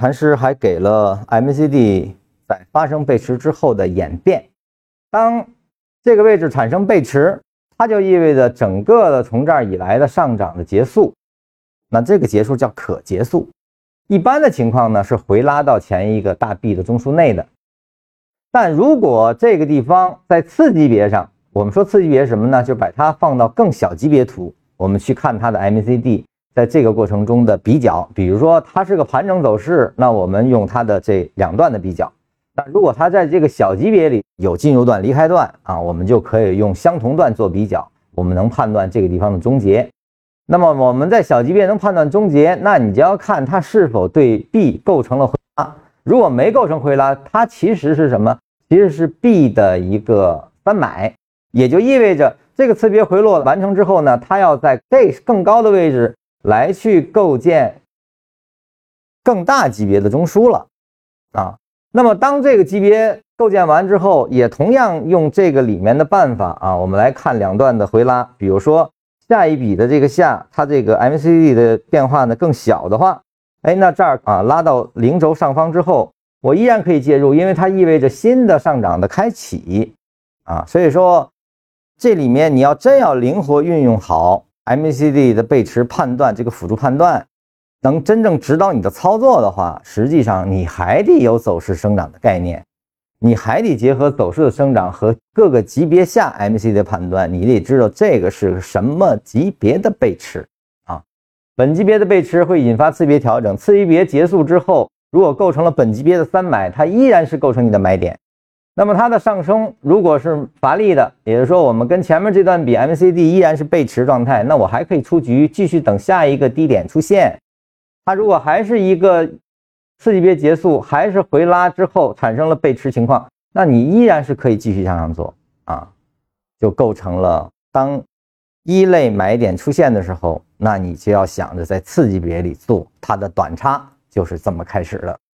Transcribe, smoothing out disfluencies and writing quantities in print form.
禅师还给了 MACD 在发生背驰之后的演变。当这个位置产生背驰，它就意味着整个的从这儿以来的上涨的结束。那这个结束叫可结束。一般的情况呢是回拉到前一个大 B 的中枢内的。但如果这个地方在次级别上，我们说次级别什么呢？就把它放到更小级别图，我们去看它的 MACD 在这个过程中的比较。比如说它是个盘整走势，那我们用它的这两段的比较。但如果它在这个小级别里有进入段、离开段啊，我们就可以用相同段做比较，我们能判断这个地方的终结。那么我们在小级别能判断终结，那你就要看它是否对 B 构成了回拉。如果没构成回拉，它其实是什么？其实是 B 的一个翻买，也就意味着这个次别回落完成之后呢，它要在这更高的位置来去构建更大级别的中枢了啊。那么当这个级别构建完之后，也同样用这个里面的办法啊，我们来看两段的回拉。比如说下一笔的这个下，它这个 MACD 的变化呢更小的话，那这儿啊拉到0轴上方之后，我依然可以介入，因为它意味着新的上涨的开启啊。所以说这里面你要真要灵活运用好 MACD 的背驰判断这个辅助判断，能真正指导你的操作的话，实际上你还得有走势生长的概念，你还得结合走势的生长和各个级别下 MACD 的判断，你得知道这个是什么级别的背驰啊。本级别的背驰会引发次级别调整，次级别结束之后，如果构成了本级别的三买，它依然是构成你的买点。那么它的上升如果是乏力的，也就是说我们跟前面这段比 MACD 依然是背驰状态，那我还可以出局，继续等下一个低点出现。它如果还是一个次级别结束，还是回拉之后产生了背驰情况，那你依然是可以继续向上做啊，就构成了当一类买点出现的时候，那你就要想着在次级别里做它的短差，就是这么开始了。